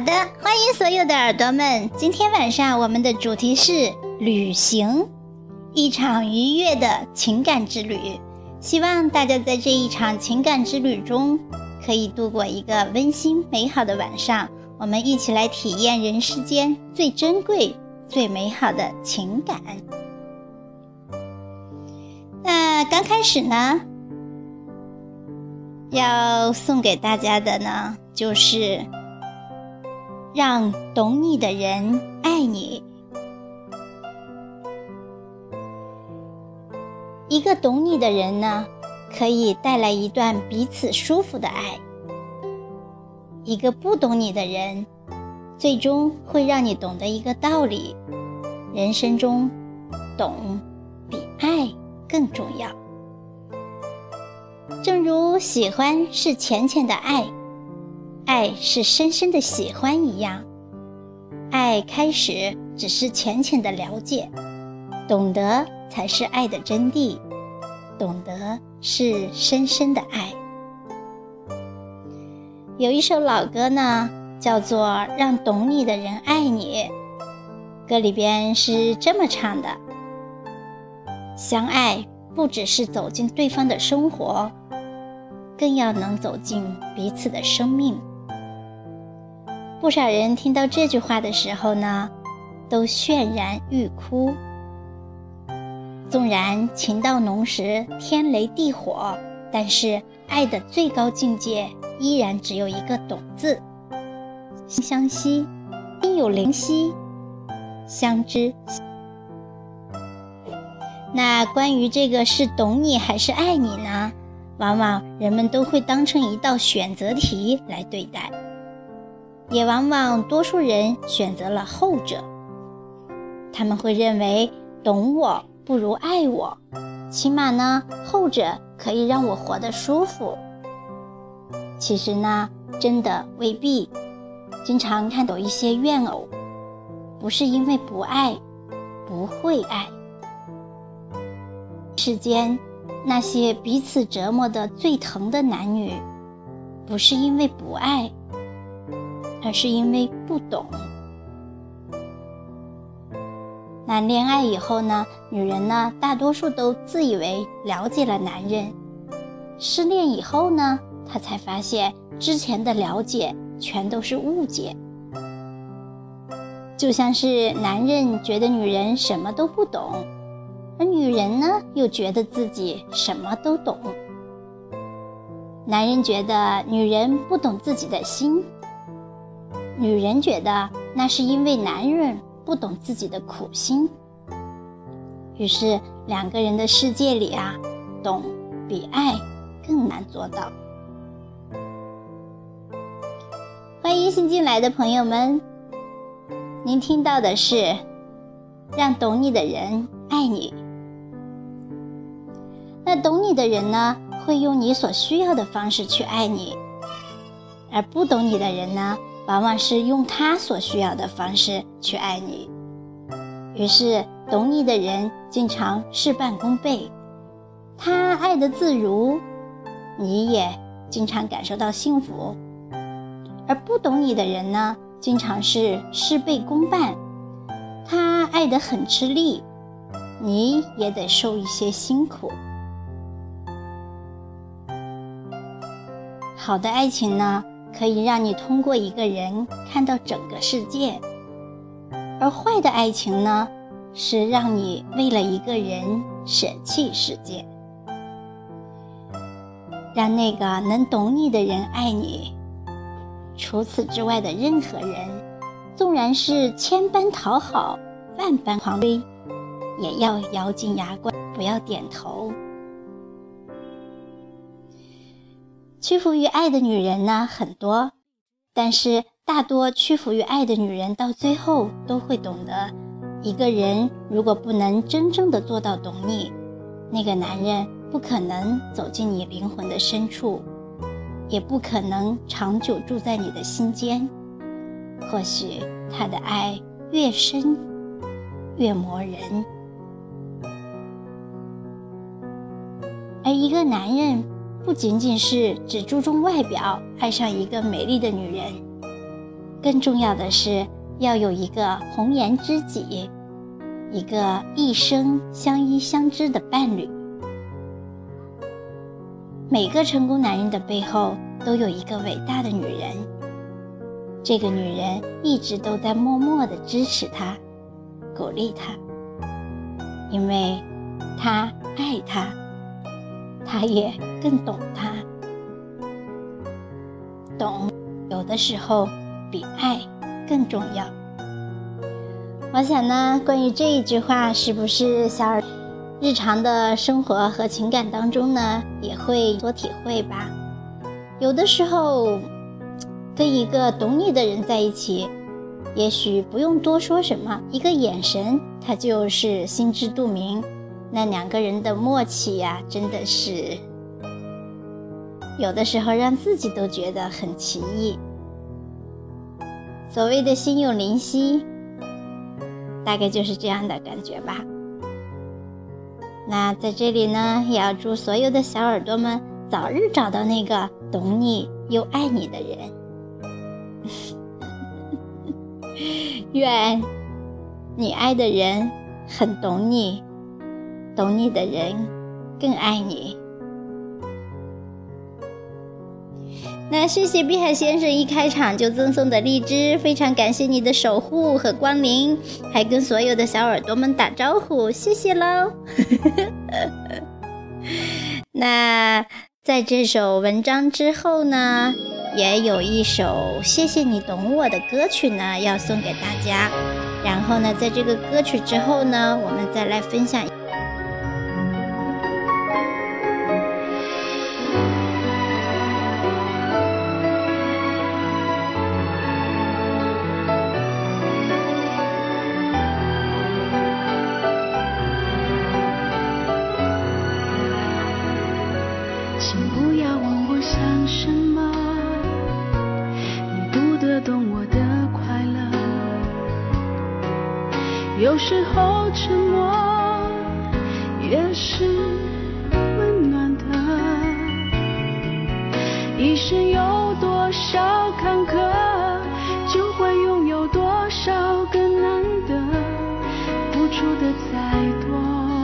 的，欢迎所有的耳朵们。今天晚上我们的主题是旅行，一场愉悦的情感之旅。希望大家在这一场情感之旅中可以度过一个温馨美好的晚上，我们一起来体验人世间最珍贵最美好的情感。那刚开始呢，要送给大家的呢，就是让懂你的人爱你。一个懂你的人呢，可以带来一段彼此舒服的爱。一个不懂你的人，最终会让你懂得一个道理：人生中，懂比爱更重要。正如喜欢是浅浅的爱，爱是深深的喜欢一样，爱开始只是浅浅的了解，懂得才是爱的真谛，懂得是深深的爱。有一首老歌呢，叫做《让懂你的人爱你》，歌里边是这么唱的：相爱不只是走进对方的生活，更要能走进彼此的生命。不少人听到这句话的时候呢，都泫然欲哭。纵然情到浓时天雷地火，但是爱的最高境界依然只有一个懂字。相惜，心有灵犀，相知。那关于这个是懂你还是爱你呢，往往人们都会当成一道选择题来对待，也往往多数人选择了后者。他们会认为懂我不如爱我，起码呢，后者可以让我活得舒服。其实呢，真的未必。经常看到一些怨偶，不是因为不爱，不会爱。世间那些彼此折磨得最疼的男女，不是因为不爱，而是因为不懂。那恋爱以后呢，女人呢，大多数都自以为了解了男人。失恋以后呢，她才发现之前的了解全都是误解。就像是男人觉得女人什么都不懂，而女人呢，又觉得自己什么都懂。男人觉得女人不懂自己的心，女人觉得那是因为男人不懂自己的苦心。于是两个人的世界里啊，懂比爱更难做到。欢迎新进来的朋友们，您听到的是让懂你的人爱你。那懂你的人呢，会用你所需要的方式去爱你，而不懂你的人呢，往往是用他所需要的方式去爱你。于是懂你的人经常事半功倍，他爱得自如，你也经常感受到幸福。而不懂你的人呢，经常是事倍功半，他爱得很吃力，你也得受一些辛苦。好的爱情呢，可以让你通过一个人看到整个世界，而坏的爱情呢，是让你为了一个人舍弃世界。让那个能懂你的人爱你，除此之外的任何人，纵然是千般讨好，万般狂威，也要咬紧牙关，不要点头。屈服于爱的女人呢，很多，但是大多屈服于爱的女人到最后都会懂得，一个人如果不能真正的做到懂你，那个男人不可能走进你灵魂的深处，也不可能长久住在你的心间。或许他的爱越深越磨人。而一个男人不仅仅是只注重外表，爱上一个美丽的女人， 更重要的是要有一个红颜知己，一个一生相依相知的伴侣。每个成功男人的背后都有一个伟大的女人，这个女人一直都在默默地支持他，鼓励他，因为他爱他，他也更懂他。懂有的时候比爱更重要。我想呢，关于这一句话，是不是小耳日常的生活和情感当中呢，也会多体会吧？有的时候跟一个懂你的人在一起，也许不用多说什么，一个眼神他就是心知肚明，那两个人的默契呀，真的是有的时候让自己都觉得很奇异。所谓的心有灵犀，大概就是这样的感觉吧。那在这里呢，也要祝所有的小耳朵们早日找到那个懂你又爱你的人。愿你爱的人很懂你，懂你的人更爱你。那谢谢碧海先生一开场就赠送的荔枝，非常感谢你的守护和光临，还跟所有的小耳朵们打招呼，谢谢喽。那在这首文章之后呢，也有一首谢谢你懂我的歌曲呢要送给大家，然后呢在这个歌曲之后呢，我们再来分享。 请不要问我想什么，你不得懂我的快乐。有时候沉默也是温暖的。一生有多少坎坷，就会拥有多少个难得。付出的再多，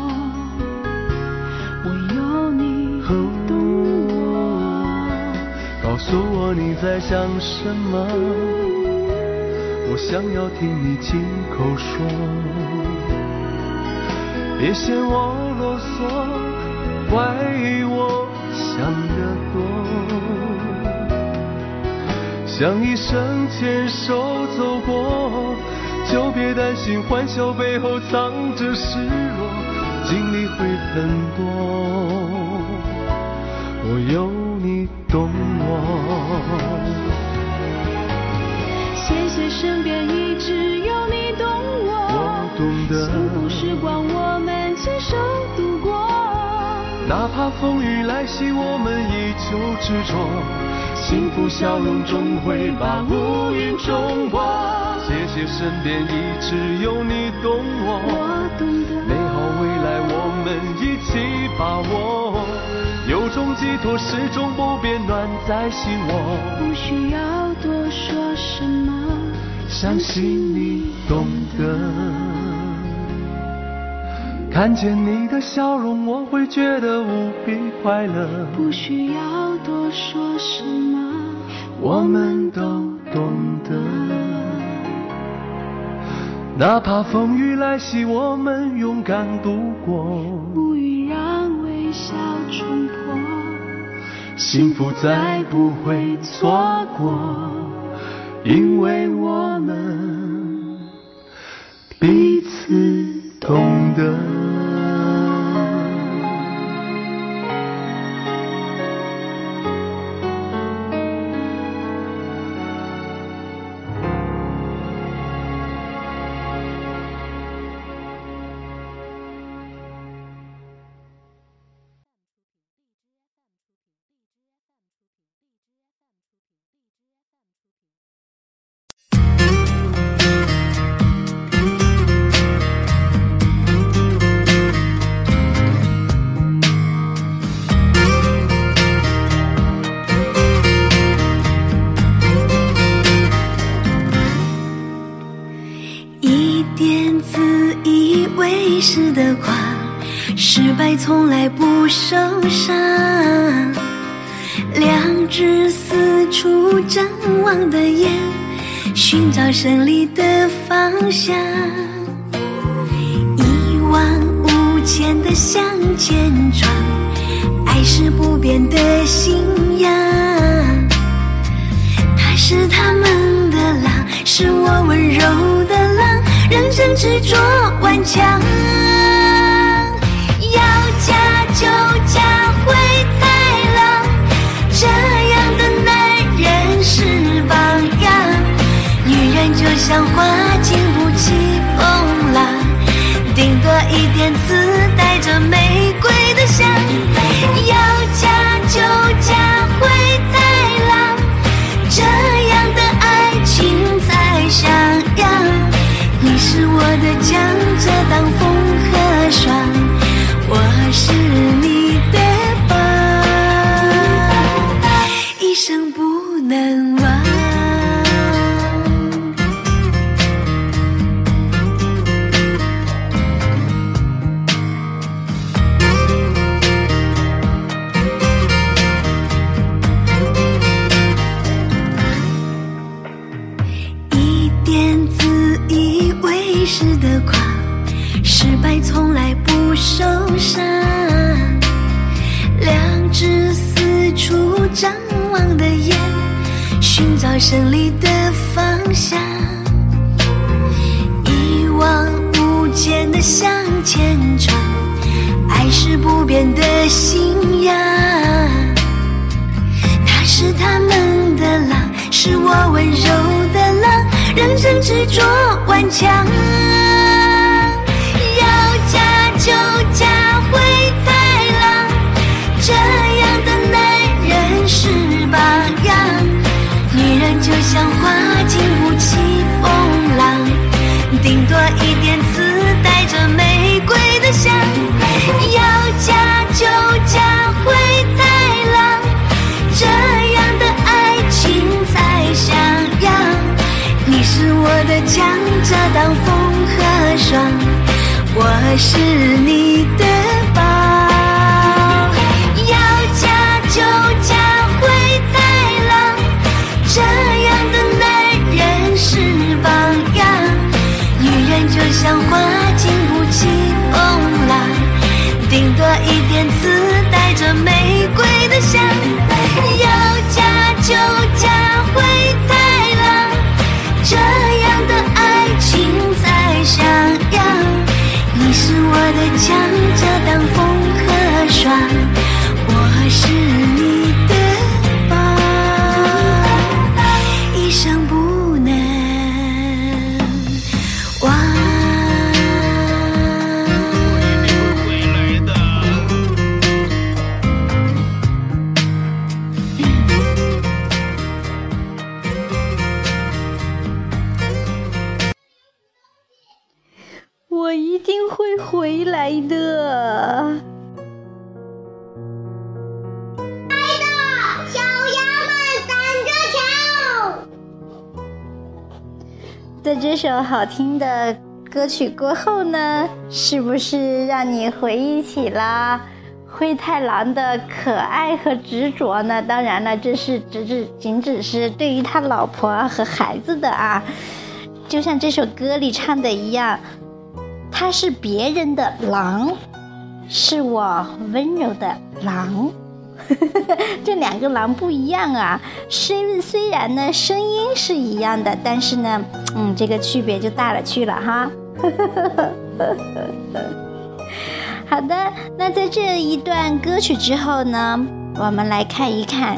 我有你懂我。 告诉我你在想什么，我想要听你亲口说。别嫌我啰嗦，怪我想得多。想一生牵手走过，就别担心欢笑背后藏着失落，经历会很多，我有你懂我。 谢谢身边一直有你懂我懂得幸福时光我们牵手度过， 哪怕风雨来袭我们依旧执着，幸福笑容终会把乌云冲破。谢谢身边一直有你懂我， 我懂得美好未来我们一起把握，有种寄托始终不变暖在心窝， 不需要多说什么， 相信你懂得。看见你的笑容我会觉得无比快乐， 不需要多说什么， 我们都懂得。哪怕风雨来袭我们勇敢度过， 无语让微笑冲破， 幸福再不会错过，因为我们彼此懂得。 为实的狂，失败从来不受伤。两只四处张望的眼，寻找胜利的方向。一往无前的向前闯，爱是不变的信仰。他是他们的狼，是我温柔的狼，认真执着顽强。要嫁就嫁灰太狼，这样的男人是榜样。女人就像花经不起风浪，顶多一点刺带着玫瑰的香。要嫁就嫁灰太狼，这样的爱情才像样。你是我的江，遮挡风和霜，我是你的宝，一生不能忘。一点自以为是的狂，失败从来不受伤。两只四处张望的眼，寻找胜利的方向。一往无前的向前闯，爱是不变的信仰。他是他们的狼，是我温柔的狼，认真执着顽强。要嫁就嫁灰太狼，这样的男人是榜样。女人就像花经不起风浪，顶多一点刺带着玫瑰的香。要嫁就嫁灰太狼，这样的爱情才像样。你是我的墙，遮挡风和霜，我是你的宝。要嫁就嫁灰太狼，这样的男人是榜样。女人就像花经不起风浪，顶多一点刺带着玫瑰的香。要嫁就嫁灰太狼，这样的爱情才像样。你是我的墙，遮挡风和霜，我是你的宝，一生不能忘。 我一定会回来的。 小羊们等着瞧！ 在这首好听的歌曲过后呢，是不是让你回忆起了灰太狼的可爱和执着呢？当然了，这是仅只是对于他老婆和孩子的啊。就像这首歌里唱的一样，他是别人的狼，是我温柔的狼。这两个狼不一样啊，虽然呢声音是一样的，但是呢这个区别就大了去了哈。好的，那在这一段歌曲之后呢，我们来看一看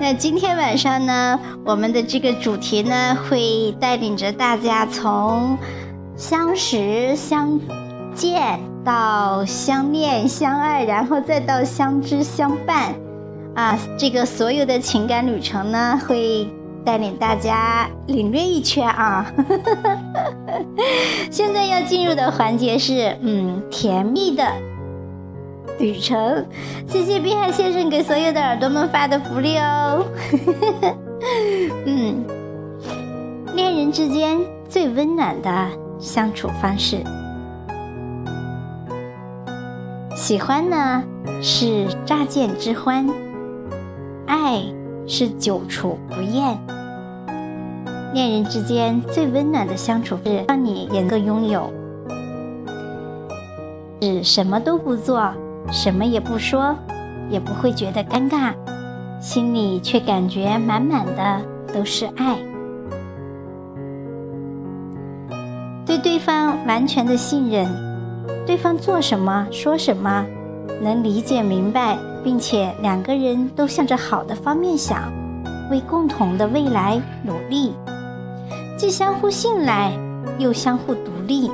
那今天晚上呢，我们的这个主题呢，会带领着大家从相识、相见到相恋、相爱，然后再到相知、相伴啊，这个所有的情感旅程呢，会带领大家领略一圈啊。现在要进入的环节是甜蜜的旅程。谢谢碧海先生给所有的耳朵们发的福利哦。恋人之间最温暖的相处方式，喜欢呢是乍见之欢，爱是久处不厌。恋人之间最温暖的相处是让你也能够拥有，是什么都不做，什么也不说，也不会觉得尴尬，心里却感觉满满的都是爱。对对方完全的信任，对方做什么说什么能理解明白，并且两个人都向着好的方面想，为共同的未来努力，既相互信赖又相互独立。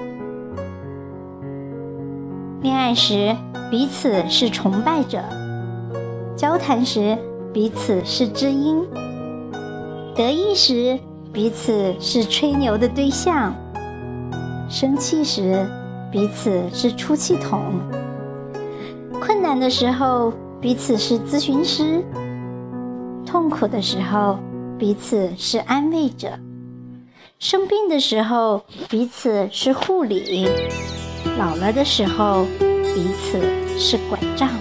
恋爱时彼此是崇拜者，交谈时彼此是知音，得意时彼此是吹牛的对象，生气时彼此是出气筒，困难的时候彼此是咨询师，痛苦的时候彼此是安慰者，生病的时候彼此是护理，老了的时候彼此是拐杖。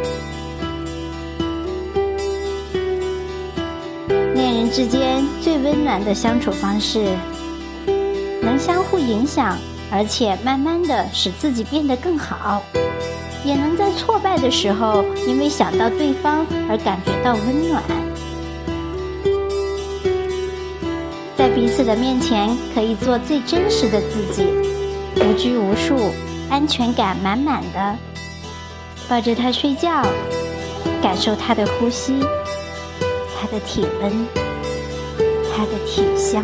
恋人之间最温暖的相处方式，能相互影响，而且慢慢的使自己变得更好，也能在挫败的时候因为想到对方而感觉到温暖。在彼此的面前可以做最真实的自己，无拘无束，安全感满满的，抱着他睡觉，感受他的呼吸，他的体温，他的体香。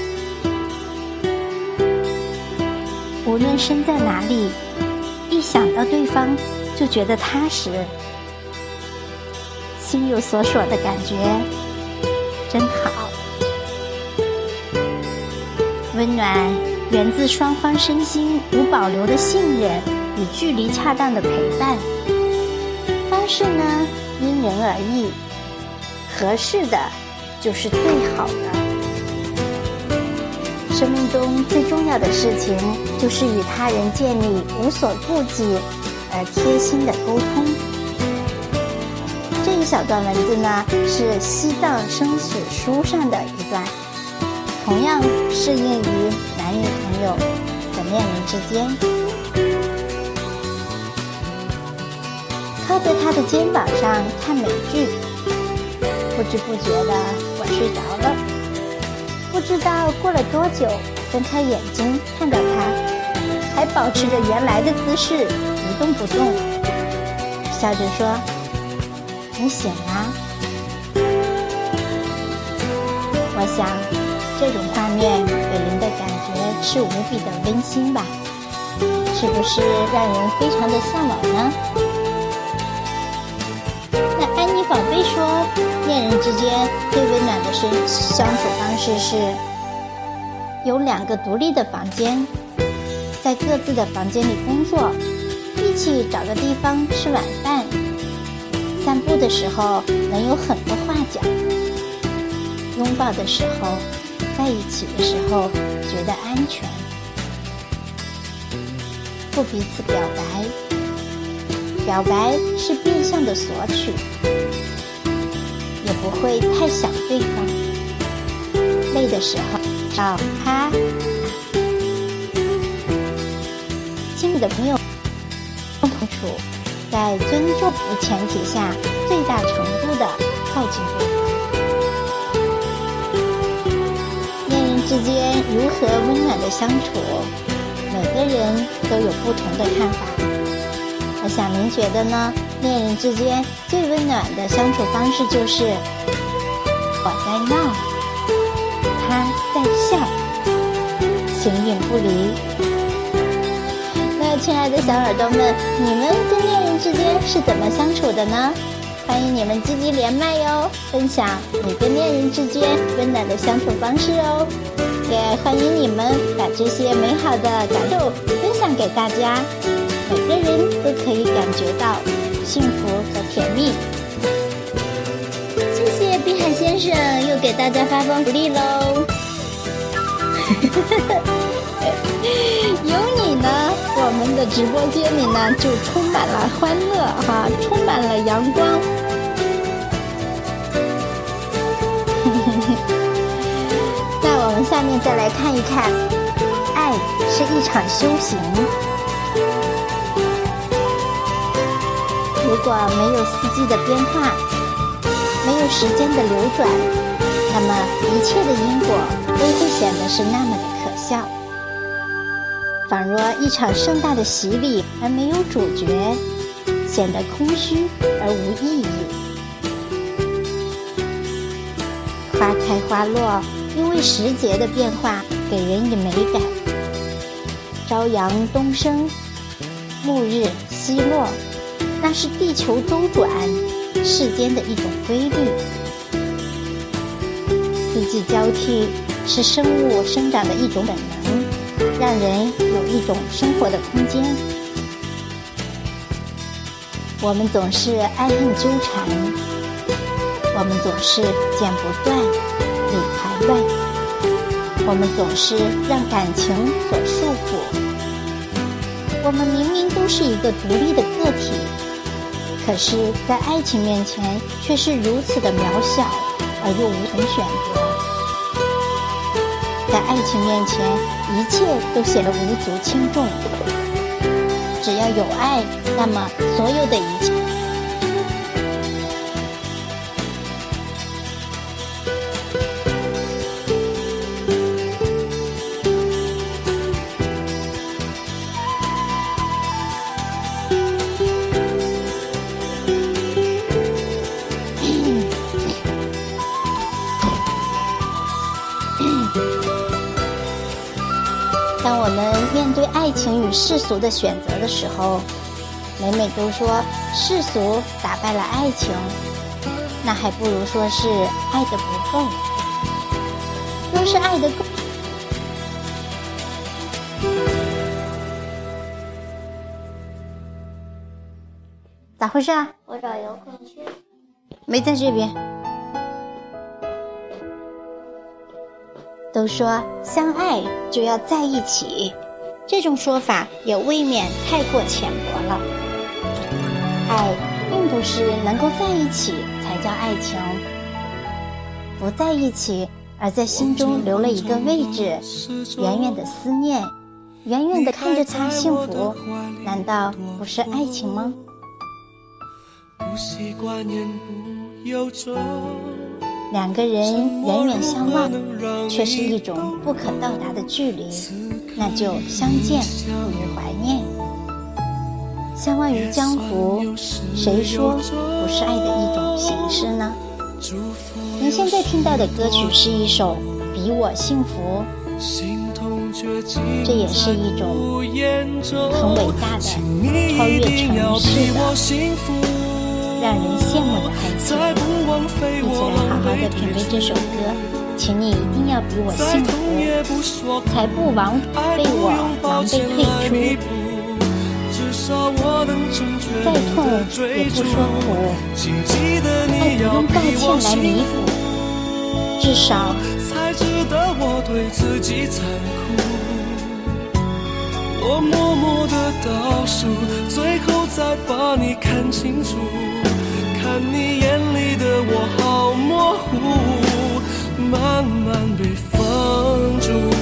无论身在哪里，一想到对方就觉得踏实，心有所属的感觉真好。温暖源自双方身心无保留的信任与距离恰当的陪伴，方式呢因人而异，合适的就是最好的。生命中最重要的事情就是与他人建立无所顾忌而贴心的沟通。这一小段文字呢是西藏生死书上的一段，同样适应于男女朋友的恋人之间。靠在他的肩膀上看美剧，不知不觉的我睡着了，不知道过了多久，睁开眼睛看到他还保持着原来的姿势一动不动，笑着说：“你醒啦？”我想这种画面给人的感觉是无比的温馨吧，是不是让人非常的向往呢？那安妮宝贝说，恋人之间最温暖的相处方式是有2个独立的房间，在各自的房间里工作，一起找个地方吃晚饭，散步的时候能有很多话讲，拥抱的时候，在一起的时候觉得安全，不彼此表白，表白是变相的索取，也不会太想对方，累的时候找他。亲密的朋友共同处，在尊重的前提下，最大程度的靠近对方。恋人之间如何温暖的相处，每个人都有不同的看法。我想您觉得呢？恋人之间最温暖的相处方式就是我在闹，他在笑，形影不离。那亲爱的小耳朵们，你们跟恋人之间是怎么相处的呢？欢迎你们积极连麦哟，分享你跟恋人之间温暖的相处方式哦。也欢迎你们把这些美好的感受分享给大家，每个人都可以感觉到幸福和甜蜜。谢谢滨海先生又给大家发放福利喽。有你呢，我们的直播间里呢就充满了欢乐哈，充满了阳光。那我们下面再来看一看，爱是一场修行。如果没有四季的变化，没有时间的流转，那么一切的因果都会显得是那么的可笑，仿若一场盛大的洗礼而没有主角，显得空虚而无意义。花开花落，因为时节的变化给人以美感。朝阳东升，暮日西落，那是地球周转世间的一种规律。四季交替是生物生长的一种本能，让人有一种生活的空间。我们总是爱恨纠缠，我们总是剪不断理还乱，我们总是让感情所束缚。我们明明都是一个独立的个体，可是在爱情面前却是如此的渺小而又无从选择。在爱情面前，一切都显得无足轻重。只要有爱，那么所有的一切当我们面对爱情与世俗的选择的时候，每每都说世俗打败了爱情，那还不如说是爱的不够。若是爱的够，咋回事啊？ 我找遥控器。 没在这边。都说相爱就要在一起，这种说法也未免太过浅薄了。爱并不是能够在一起才叫爱情，不在一起而在心中留了一个位置，远远的思念，远远的看着他幸福，难道不是爱情吗？ 不习惯言不由衷， 两个人远远相望，却是一种不可到达的距离，那就相见不如怀念。相忘于江湖，谁说不是爱的一种形式呢？您现在听到的歌曲是一首《比我幸福》，这也是一种很伟大的超越城市的让人羡慕的爱情。一起来好好的品味这首歌，请你一定要比我幸福，才不枉被我狼狈退出。再痛也不说苦，爱不用道歉来弥补，至少才值得我对自己残酷。我默默的倒数，最后再把你看清楚，看你眼里的我好模糊，慢慢被封住。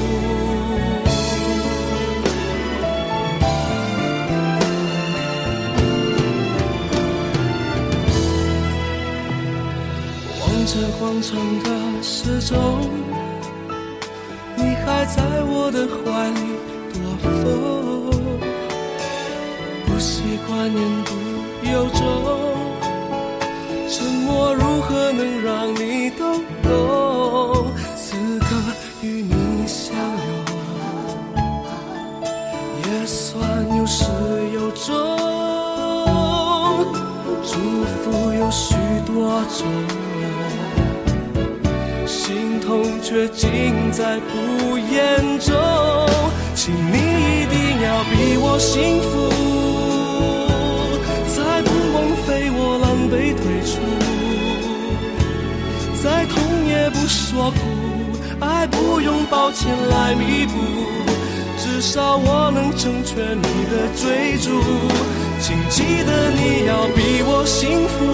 望着广场的时钟，你还在我的怀里躲风，不习惯言不由衷， 沉默如何能让你都懂？此刻与你相拥，也算有始有终。祝福有许多种，心痛却尽在不言中。请你一定要比我幸福，才不枉费我狼狈退出。再痛也不说苦，爱不用抱歉来弥补，至少我能成全你的追逐。请记得你要比我幸福，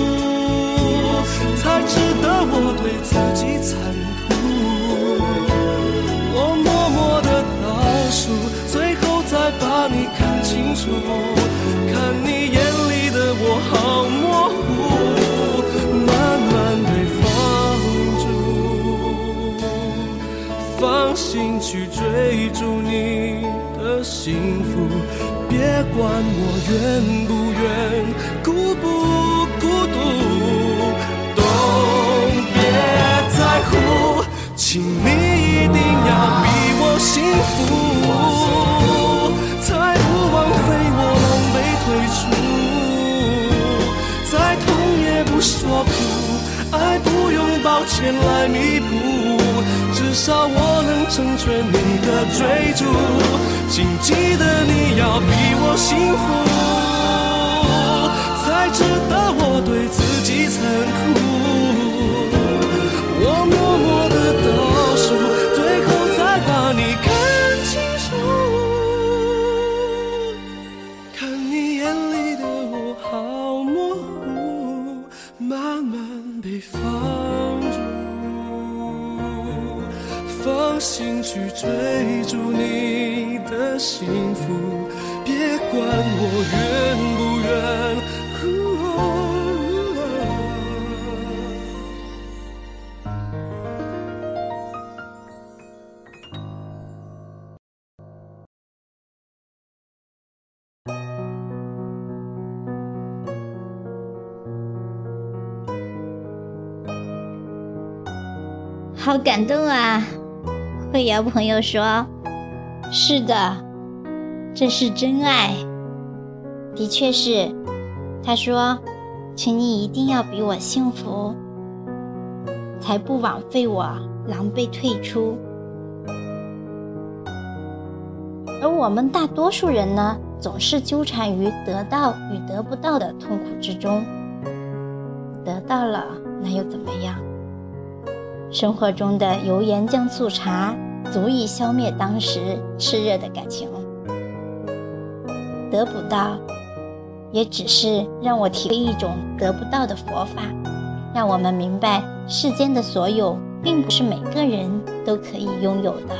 才值得我对自己残酷。我默默地倒数，最后再把你看清楚，看你眼里的我好模糊，慢慢被放逐，放心去追逐你的幸福。别管我愿不愿，孤不孤独，都别在乎。请你一定要比我幸福，才不枉费我狼狈退出。再痛也不说苦，爱不用抱歉来弥补，至少我能成全你的追逐。请记得你要比我幸福，才值得我对自己残酷。我默默地倒数，最后再把你看清楚，看你眼里的我好模糊，慢慢被放逐，放心去追逐你的幸福。别管我愿不愿， 好感动啊！慧瑶朋友说，是的，这是真爱。的确是，他说，请你一定要比我幸福，才不枉费我狼狈退出。而我们大多数人呢，总是纠缠于得到与得不到的痛苦之中。得到了，那又怎么样？生活中的油盐酱醋茶足以消灭当时炽热的感情，得不到也只是让我体会一种得不到的佛法，让我们明白世间的所有并不是每个人都可以拥有的。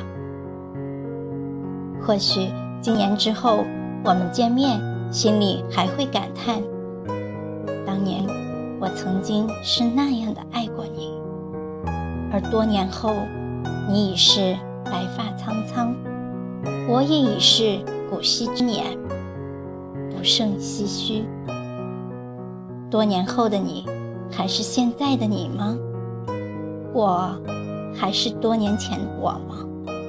或许几年之后我们见面，心里还会感叹，当年我曾经是那样的爱过你，而多年后你已是白发苍苍，我也已是古稀之年，不胜唏嘘。多年后的你还是现在的你吗？我还是多年前的我吗？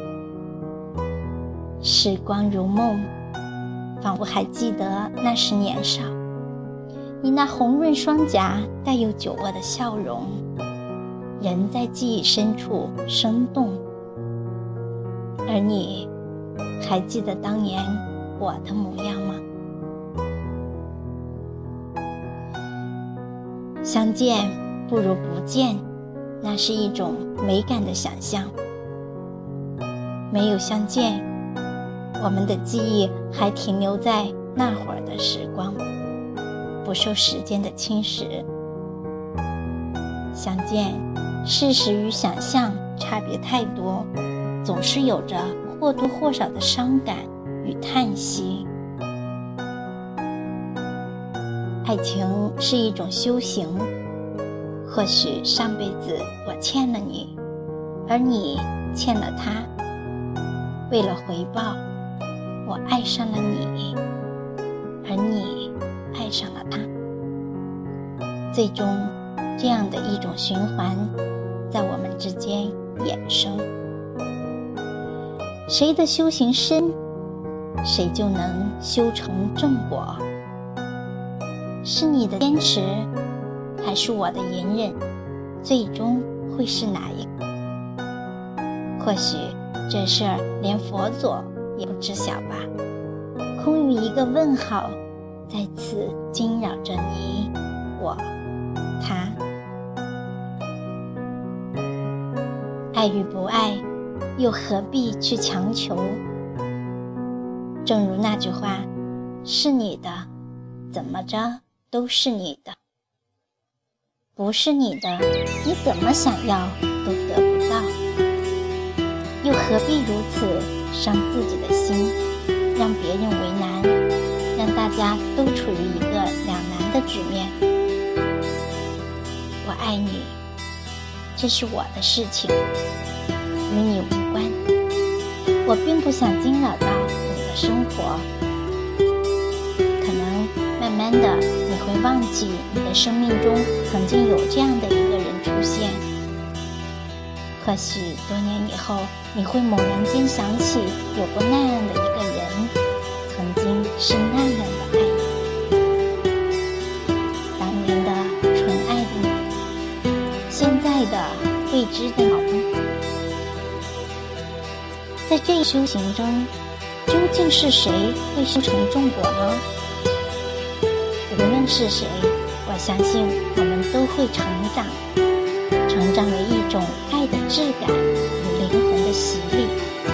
时光如梦，仿佛还记得那时年少，你那红润双颊带有酒窝的笑容，人在记忆深处生动。而你还记得当年我的模样吗？相见不如不见，那是一种美感的想象。没有相见，我们的记忆还停留在那会儿的时光，不受时间的侵蚀。相见，事实与想象差别太多，总是有着或多或少的伤感与叹息。爱情是一种修行，或许上辈子我欠了你，而你欠了他，为了回报，我爱上了你，而你爱上了他。 最终这样的一种循环在我们之间衍生。谁的修行深，谁就能修成正果。是你的坚持，还是我的隐忍，最终会是哪一个？或许这事儿连佛祖也不知晓吧。空余一个问号，在此惊扰着你我他。爱与不爱，又何必去强求？正如那句话，是你的，怎么着都是你的；不是你的，你怎么想要都得不到。又何必如此伤自己的心，让别人为难，让大家都处于一个两难的局面？我爱你，这是我的事情，与你无关。我并不想惊扰到你的生活，可能慢慢的你会忘记你的生命中曾经有这样的一个人出现。或许多年以后，你会猛然间想起有过那样的一个人，曾经是那样的爱你，当年的纯爱的你，现在的未知的你。在这一修行中，究竟是谁会修成正果呢？无论是谁，我相信我们都会成长为一种爱的质感与灵魂的洗礼。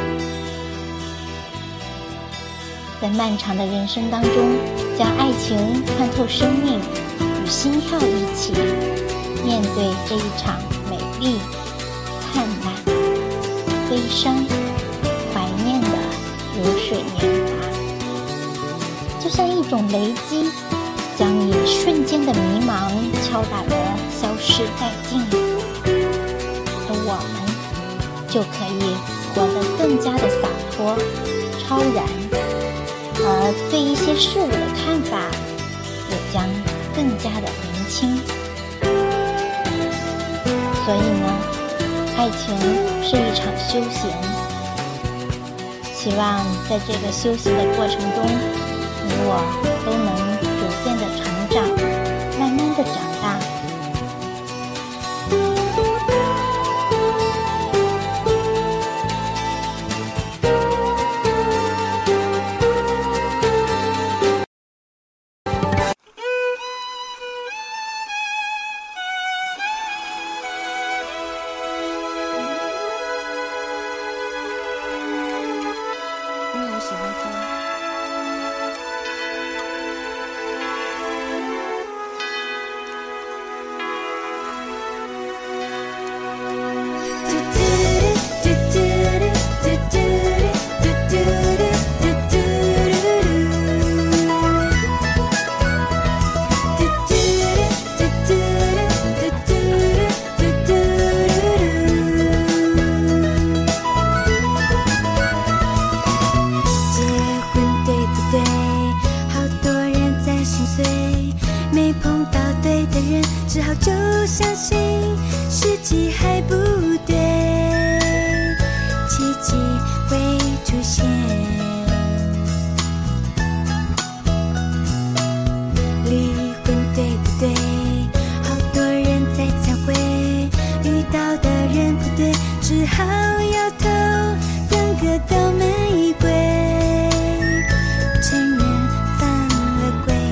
在漫长的人生当中，将爱情穿透生命，与心跳一起，面对这一场美丽、灿烂、悲伤、怀念的如水年华，就像一种雷击，将你瞬间的迷茫敲打得消失殆尽，而我们就可以活得更加的洒脱、超然，而对一些事物的看法也将更加的年轻。所以呢，爱情是一场修行，希望在这个修行的过程中，你我都能逐渐的成长，慢慢的长大。因为我喜欢听。 只好就相信时机还不对，奇迹会出现。离婚对不对？好多人在忏悔，遇到的人不对，只好摇头，等个倒霉鬼，承认犯了规。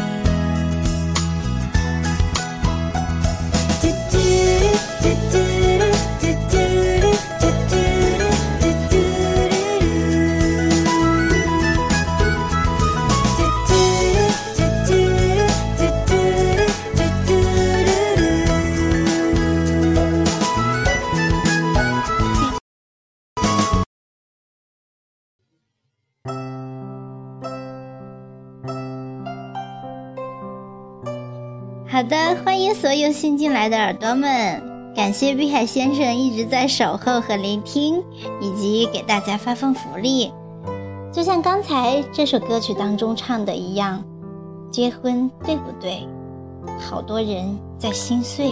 好的，欢迎所有新进来的耳朵们，感谢碧海先生一直在守候和聆听，以及给大家发放福利。就像刚才这首歌曲当中唱的一样，结婚对不对？ 好多人在心碎。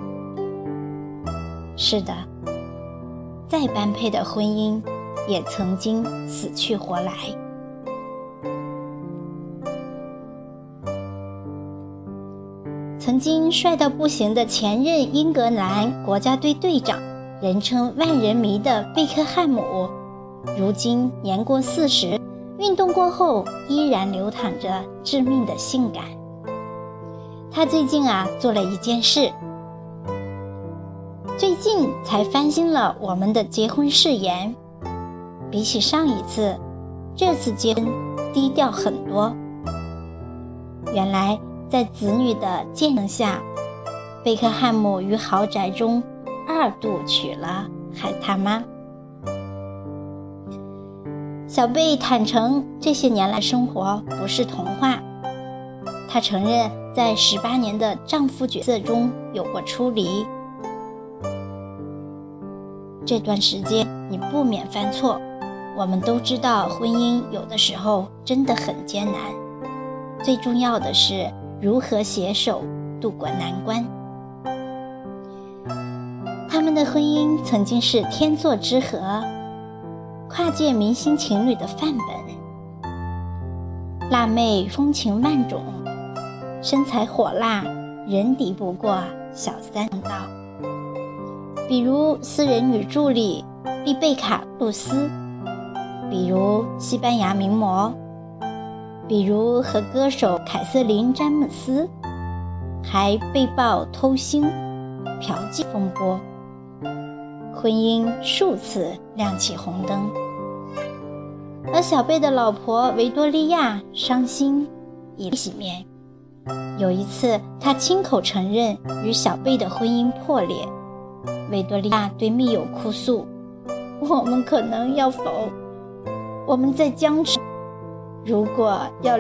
是的，再般配的婚姻也曾经死去活来。曾经帅到不行的前任英格兰国家队队长，人称万人迷的贝克汉姆，如今年过40，运动过后依然流淌着致命的性感。他最近做了一件事，最近才翻新了我们的结婚誓言。比起上一次，这次结婚低调很多。原来在子女的见证下，贝克汉姆于豪宅中2度娶了孩子他妈。小贝坦诚，这些年来生活不是童话。她承认在18年的丈夫角色中有过出离。这段时间你不免犯错，我们都知道婚姻有的时候真的很艰难，最重要的是如何携手度过难关。他们的婚姻曾经是天作之合，跨界明星情侣的范本。辣妹风情万种，身材火辣，人敌不过小三道。比如私人女助理丽贝卡·露丝，比如西班牙名模，比如和歌手凯瑟琳·詹姆斯，还被曝偷腥、嫖妓风波，婚姻数次亮起红灯。而小贝的老婆维多利亚伤心以泪洗面。有一次，她亲口承认与小贝的婚姻破裂。维多利亚对密友哭诉：“我们可能要否，我们在僵持。如果要……”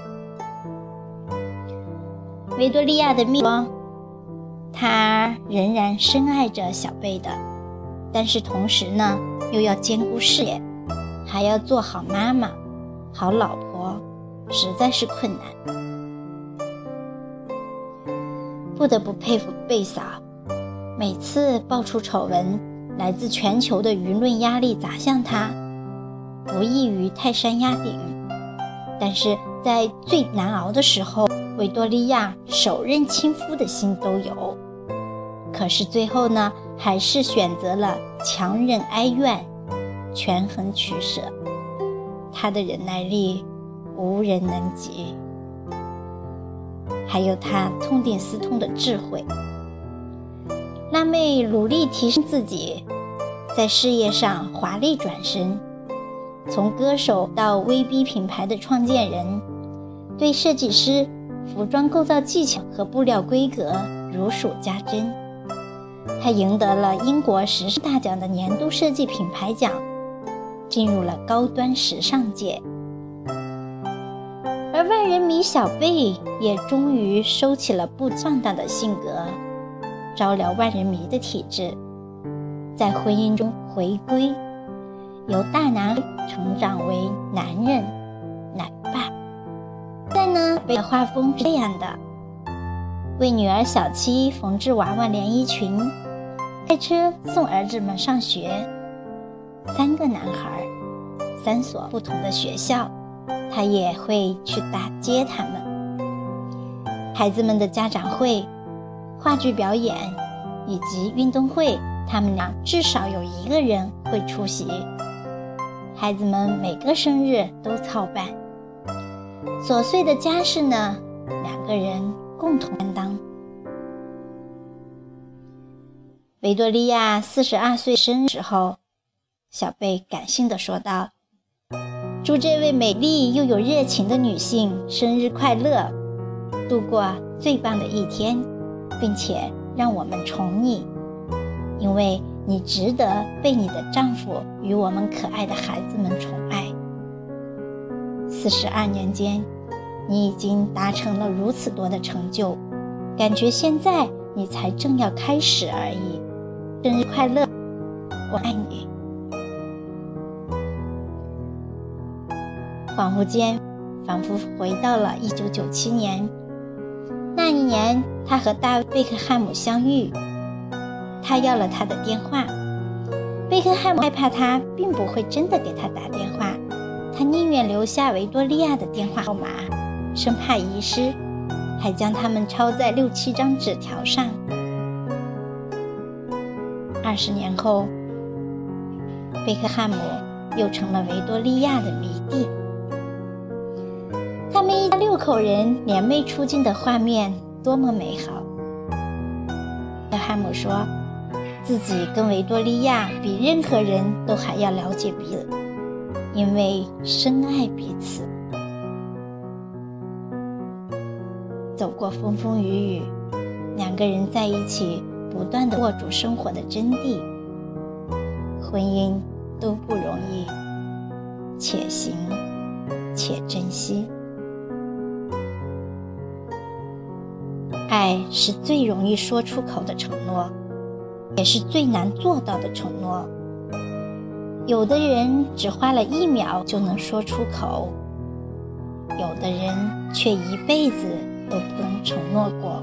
维多利亚的密友说，她仍然深爱着小贝的，但是同时呢，又要兼顾事业，还要做好妈妈、好老婆，实在是困难。不得不佩服贝嫂，每次爆出丑闻，来自全球的舆论压力砸向她，不异于泰山压顶。但是在最难熬的时候，维多利亚手刃亲夫的心都有。可是最后呢，还是选择了强忍哀怨，权衡取舍。她的忍耐力无人能及，还有她痛定思痛的智慧。辣妹努力提升自己，在事业上华丽转身，从歌手到威逼品牌的创建人，对设计师、服装构造技巧和布料规格如数家珍。她赢得了英国时尚大奖的年度设计品牌奖，进入了高端时尚界。而万人迷小贝也终于收起了不放荡的性格，招摇万人迷的体质，在婚姻中回归，由大男孩成长为男人奶爸。现在呢，贝的画风是这样的：为女儿小七缝制娃娃连衣裙，开车送儿子们上学，3个男孩，3所不同的学校，他也会去打接他们。孩子们的家长会、话剧表演以及运动会，他们俩至少有1个人会出席。孩子们每个生日都操办，琐碎的家事呢，2个人共同担当。维多利亚42岁生日时候，小贝感性地说道：“祝这位美丽又有热情的女性生日快乐，度过最棒的一天，并且让我们宠你，因为你值得被你的丈夫与我们可爱的孩子们宠爱。42年间，你已经达成了如此多的成就，感觉现在你才正要开始而已。生日快乐，我爱你。”恍惚间，仿佛回到了1997年，那那一年，他和大卫·贝克汉姆相遇，他要了他的电话。贝克汉姆害怕他并不会真的给他打电话，他宁愿留下维多利亚的电话号码，生怕遗失，还将它们抄在6、7张纸条上。20年后，贝克汉姆又成了维多利亚的迷弟。他们一家6口人联袂出镜的画面多么美好！贝克汉姆说，自己跟维多利亚比任何人都还要了解彼此，因为深爱彼此。走过风风雨雨，2个人在一起，不断地握住生活的真谛。婚姻都不容易，且行且珍惜。爱是最容易说出口的承诺，也是最难做到的承诺。有的人只花了1秒就能说出口，有的人却一辈子都不能承诺过。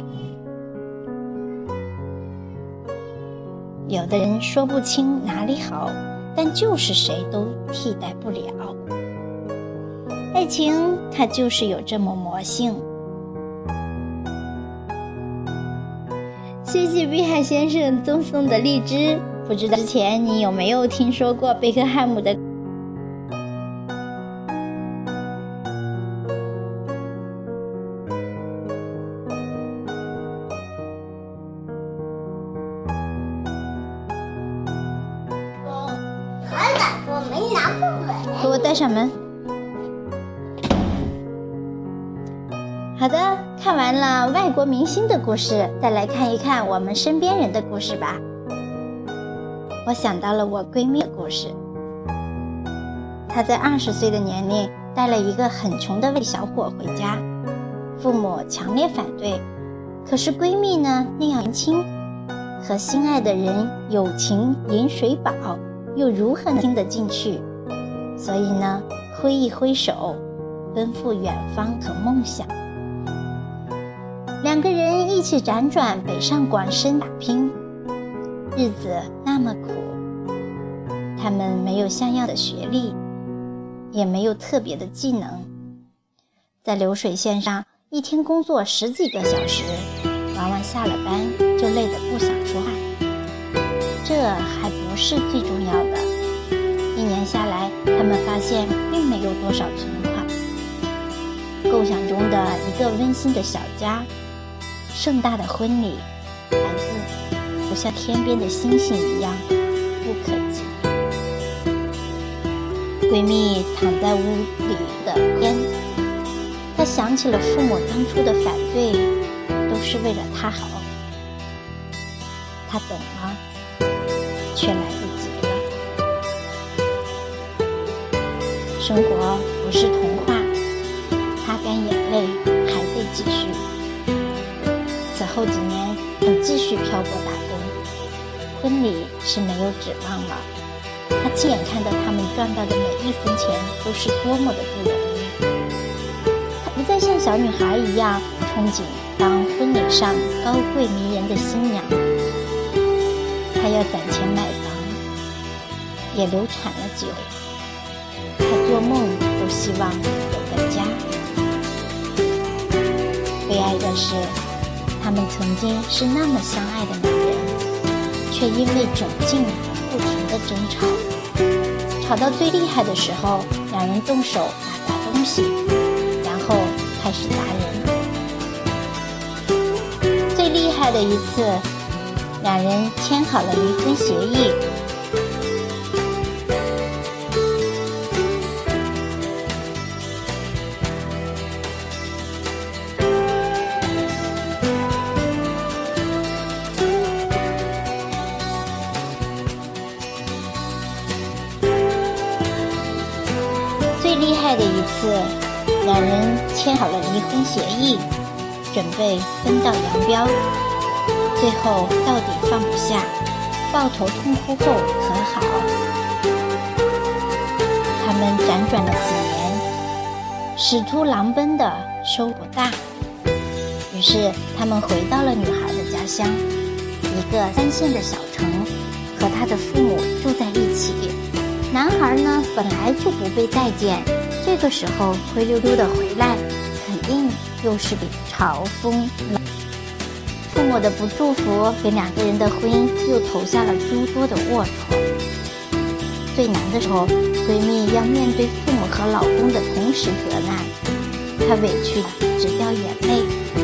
有的人说不清哪里好，但就是谁都替代不了。爱情它就是有这么魔性。谢谢碧海先生赠送的荔枝，不知道之前你有没有听说过贝克汉姆的还敢说没拿过本？ 给我带上门。好的，看完了外国明星的故事，再来看一看我们身边人的故事吧。我想到了我闺蜜的故事。她在20岁的年龄带了一个很穷的魏小伙回家，父母强烈反对，可是闺蜜呢那样年轻，和心爱的人友情饮水饱，又如何能听得进去？所以呢，挥一挥手，奔赴远方和梦想。2个人一起辗转北上广深打拼，日子那么苦。他们没有像样的学历，也没有特别的技能，在流水线上一天工作10几个小时，往往下了班就累得不想说话。这还不是最重要的，1年下来，他们发现并没有多少存款。构想中的一个温馨的小家，盛大的婚礼，孩子就像天边的星星一样不可及。闺蜜躺在屋里的边，她想起了父母当初的反对，都是为了她好。她懂了，却来不及了。生活不是童话，擦干眼泪还得继续。此后几年，我继续漂泊打工，婚礼是没有指望了。他亲眼看到他们赚到的每一分钱都是多么的不容易。他不再像小女孩一样憧憬当婚礼上高贵迷人的新娘，他要攒钱买房，也流产了几回。他做梦都希望有个家。悲哀的是，他们曾经是那么相爱的男人，却因为窘境不停地争吵，吵到最厉害的时候，2人动手打东西，然后开始打人。最厉害的一次，2人签好了离婚协议。最厉害的一次，2人签好了离婚协议，准备分道扬镳，最后到底放不下，抱头痛哭后和好。他们辗转了几年，使徒狼奔的收不大，于于是他们回到了女孩的家乡，一个3线的小城，和他的父母住在一起。男孩呢，本来就不被待见，这个时候灰溜溜的回来，肯定又是被嘲讽。父母的不祝福给2个人的婚姻又投下了诸多的龌龊。最难的时候，闺蜜要面对父母和老公的同时责难，她委屈得直掉眼泪。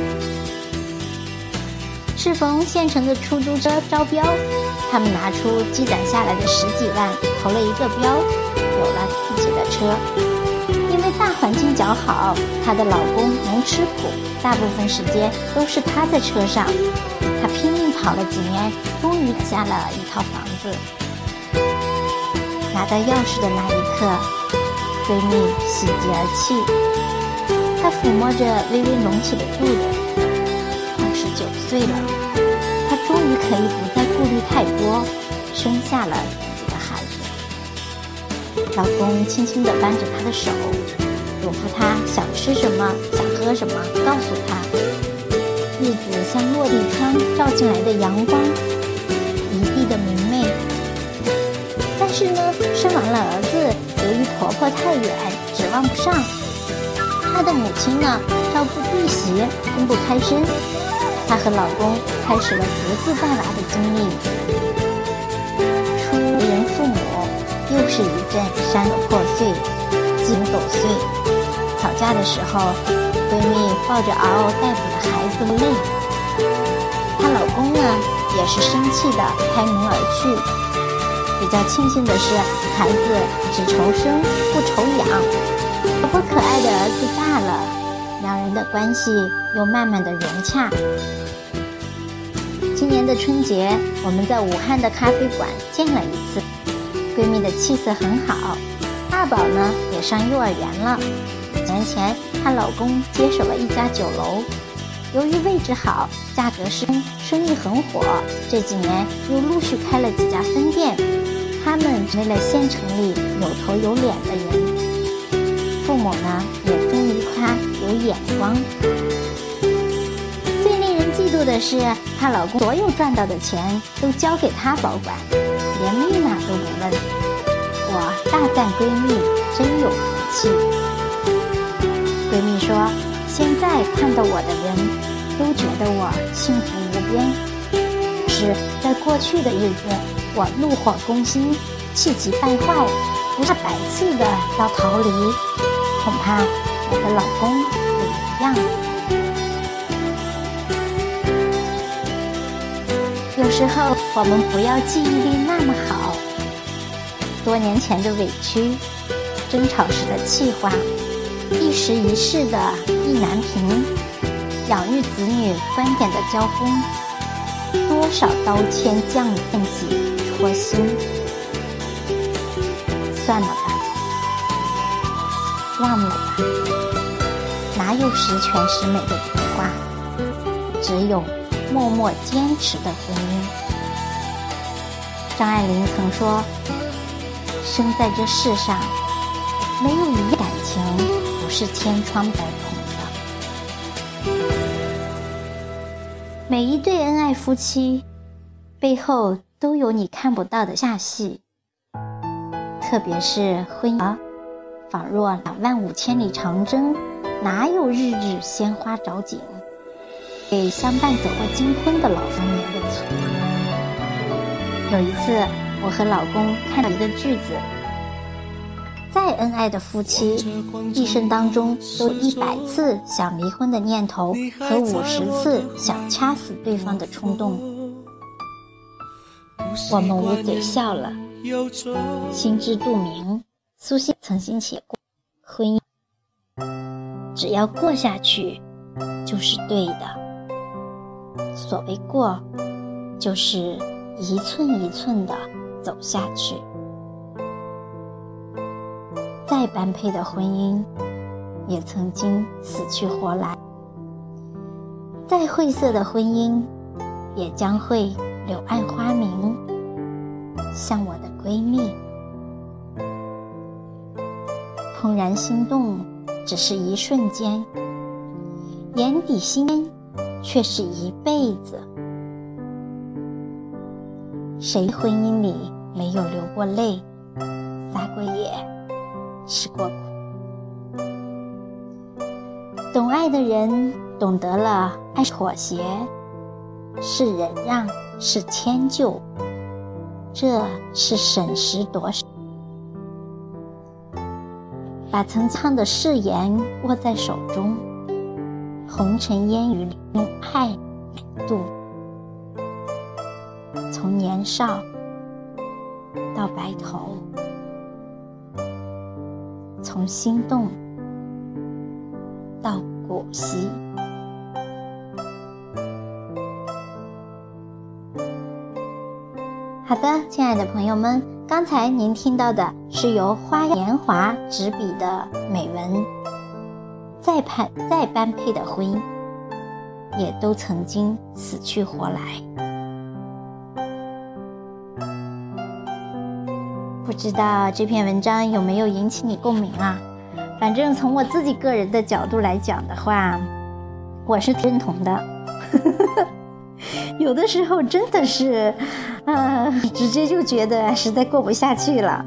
适逢县城的出租车招标，他们拿出积攒下来的10几万投了一个标，有了自己的车。因为大环境较好，她的老公能吃苦，大部分时间都是她在车上。她拼命跑了几年，终于买下了一套房子。拿到钥匙的那一刻，闺蜜喜极而泣，她抚摸着微微隆起的肚子，29岁了，她终于可以不再顾虑太多，生下了自己的孩子。老公轻轻地扳着她的手，嘱咐她想吃什么，想喝什么，告诉她。日子像落地窗照进来的阳光，一地的明媚。但是呢，生完了儿子，由于婆婆太远，指望不上。她的母亲呢，照顾弟媳，分不开身。她和老公开始了独自带娃的经历。初为人父母，又是一阵山河破碎，鸡狗碎。吵架的时候，闺蜜抱着嗷嗷待哺的孩子泪。她老公呢，也是生气的开门而去。比较庆幸的是，孩子只愁生不愁养。婆婆可爱的儿子大了，2人的关系又慢慢的融洽。今年的春节，我们在武汉的咖啡馆见了一次，闺蜜的气色很好。2宝呢也上幼儿园了。几年前，她老公接手了一家酒楼，由于位置好，价格适中，生意很火。这几年又陆续开了几家分店。他们成为了县城里有头有脸的人，父母呢也终于夸有眼光。最令人嫉妒的是，她老公所有赚到的钱都交给她保管，连密码都不问。我大赞闺蜜真有福气。闺蜜说，现在看到我的人都觉得我幸福无边，是在过去的日子，我怒火攻心，气急败坏，不下100次的要逃离，恐怕我的老公也一样。有时候我们不要记忆力那么好，多年前的委屈，争吵时的气话，一时一世的意难平，养育子女观点的交锋，多少刀签将恨己戳心。算了吧，忘了吧，哪有十全十美的童话，只有默默坚持的婚姻。张爱玲曾说，生在这世上，没有一感情不是千疮百孔的。每一对恩爱夫妻背后都有你看不到的下戏，特别是婚姻，仿若25000里长征，哪有日日鲜花着锦？给相伴走过金婚的老方言的词。有一次，我和老公看到一个句子：再恩爱的夫妻，一生当中都100次想离婚的念头和50次想掐死对方的冲动。我们捂嘴笑了，心知肚明。苏轼曾经写过，婚姻只要过下去就是对的，所谓过，就是一寸一寸地走下去。再般配的婚姻也曾经死去活来，再晦涩的婚姻也将会柳暗花明，像我的闺蜜。怦然心动只是一瞬间，眼底心却是一辈子。谁婚姻里没有流过泪，撒过野，吃过苦？懂爱的人懂得了爱是妥协，是忍让，是迁就，这是审时度势。把曾唱的誓言握在手中，红尘烟雨里用爱度，从年少到白头，从心动到古稀。好的，亲爱的朋友们，刚才您听到的是由花样年华执笔的美文，再般配的婚姻，也都曾经死去活来。不知道这篇文章有没有引起你共鸣啊？反正从我自己个人的角度来讲的话，我是认同的。有的时候真的是直接就觉得实在过不下去了。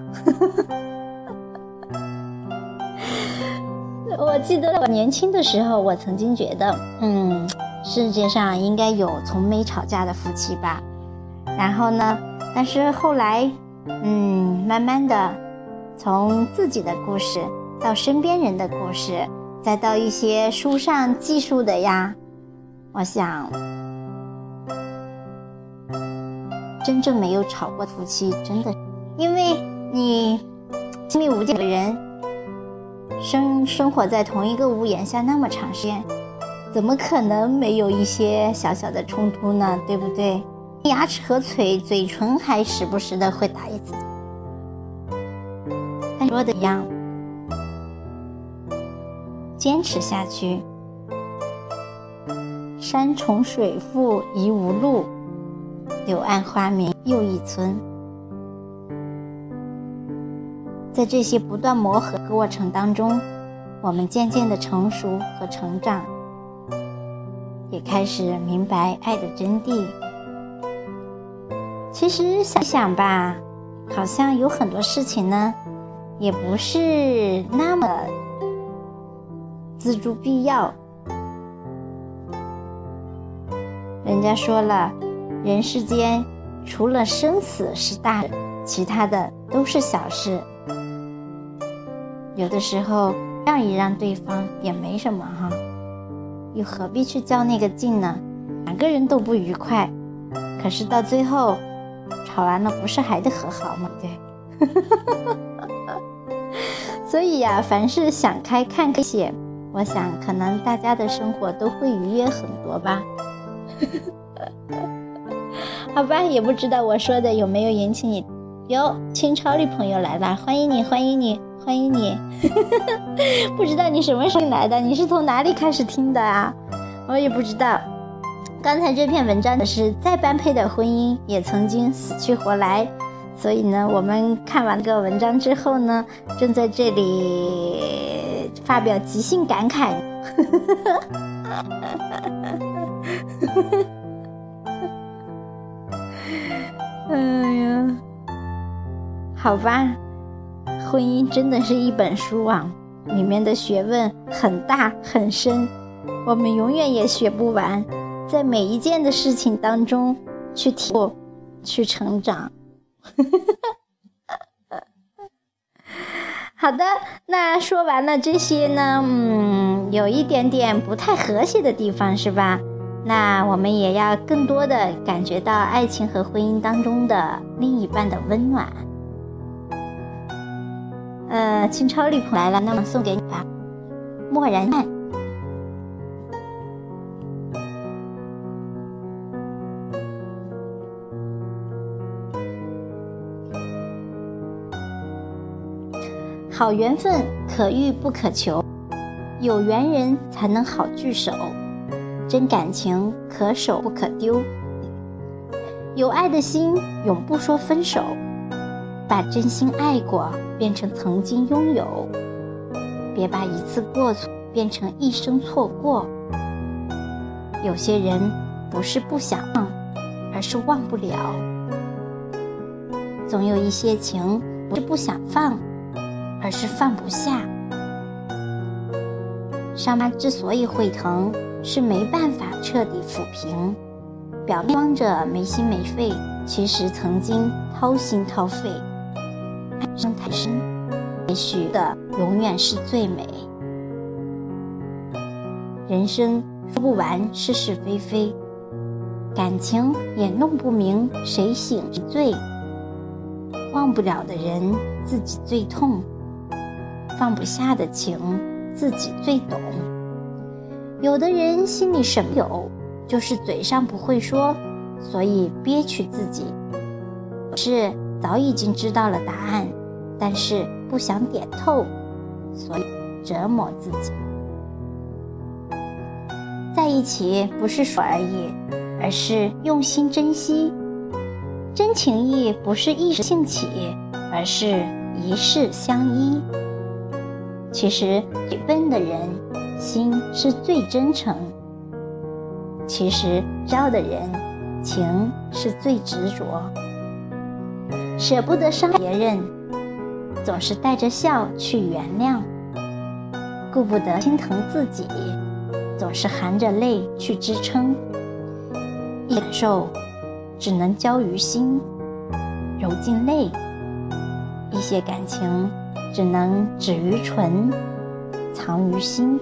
我记得我年轻的时候，我曾经觉得世界上应该有从没吵架的夫妻吧。然后呢，但是后来慢慢的从自己的故事到身边人的故事，再到一些书上记述的呀，我想真正没有吵过夫妻，真的，因为你亲密无间的人生活在同一个屋檐下那么长时间，怎么可能没有一些小小的冲突呢？对不对？牙齿和嘴唇还时不时的会打一次，但说的一样，坚持下去，山重水复疑无路，柳暗花明又一村。在这些不断磨合过程当中，我们渐渐的成熟和成长，也开始明白爱的真谛。其实想想吧，好像有很多事情呢，也不是那么锱铢必要。人家说了，人世间除了生死是大事，其他的都是小事。有的时候让一让对方也没什么哈，又何必去较那个劲呢？两个人都不愉快，可是到最后吵完了不是还得和好吗？对。所以呀，凡事想开看开些，我想可能大家的生活都会愉悦很多吧。好吧，也不知道我说的有没有引起你。哟，清超的朋友来了，欢迎你，欢迎你，欢迎你。不知道你什么时候来的，你是从哪里开始听的啊？我也不知道。刚才这篇文章的是再般配的婚姻也曾经死去活来，所以呢，我们看完这个文章之后呢，正在这里发表即兴感慨。哎呀，好吧，婚姻真的是一本书啊，里面的学问很大很深，我们永远也学不完，在每一件的事情当中去体悟，去成长。好的，那说完了这些呢，有一点点不太和谐的地方是吧？那我们也要更多的感觉到爱情和婚姻当中的另一半的温暖。清超绿朋来了，那么送给你吧，漠然淡。好缘分可遇不可求，有缘人才能好聚首，真感情可守不可丢，有爱的心永不说分手，把真心爱过变成曾经拥有，别把一次过错变成一生错过， 有些人不是不想忘，而是忘不了。总有一些情不是不想放，而是放不下。伤疤之所以会疼，是没办法彻底抚平，表面装着没心没肺，其实曾经掏心掏肺。爱伤太深，也许的永远是最美。人生说不完是是非非，感情也弄不明谁醒谁醉。忘不了的人自己最痛，放不下的情自己最懂。有的人心里什么有，就是嘴上不会说，所以憋屈自己。是早已经知道了答案，但是不想点透，所以折磨自己。在一起不是说而已，而是用心珍惜。真情谊不是一时兴起，而是一世相依。其实最笨的人心是最真诚，其实知道的人情是最执着。舍不得伤别人，总是带着笑去原谅，顾不得心疼自己，总是含着泪去支撑。一感受只能交于心，揉进泪；一些感情只能止于唇，藏于心。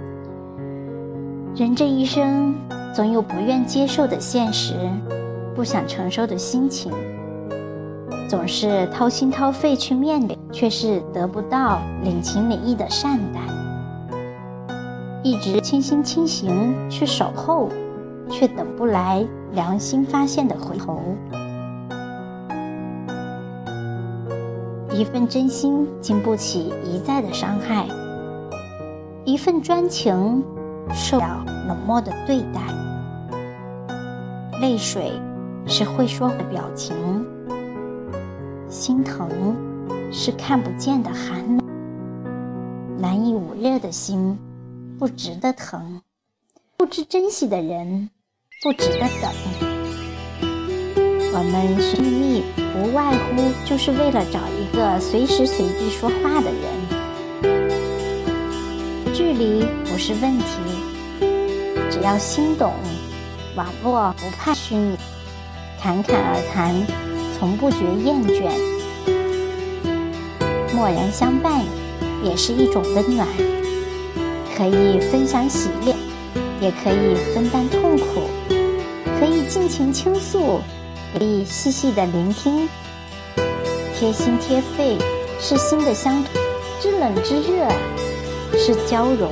人这一生总有不愿接受的现实，不想承受的心情，总是掏心掏肺去面对，却是得不到领情领意的善待。一直倾心倾行去守候，却等不来良心发现的回头。一份真心经不起一再的伤害，一份专情受不了冷漠的对待。泪水是会说话的表情，心疼是看不见的寒冷。难以捂热的心不值得疼，不知珍惜的人不值得等。我们寻觅不外乎就是为了找一个随时随地说话的人。距离不是问题，只要心懂，网络不怕虚拟，侃侃而谈，从不觉厌倦。默然相伴也是一种温暖，可以分享喜悦，也可以分担痛苦，可以尽情倾诉，也可以细细的聆听。贴心贴肺是心的相通，知冷知热是交融。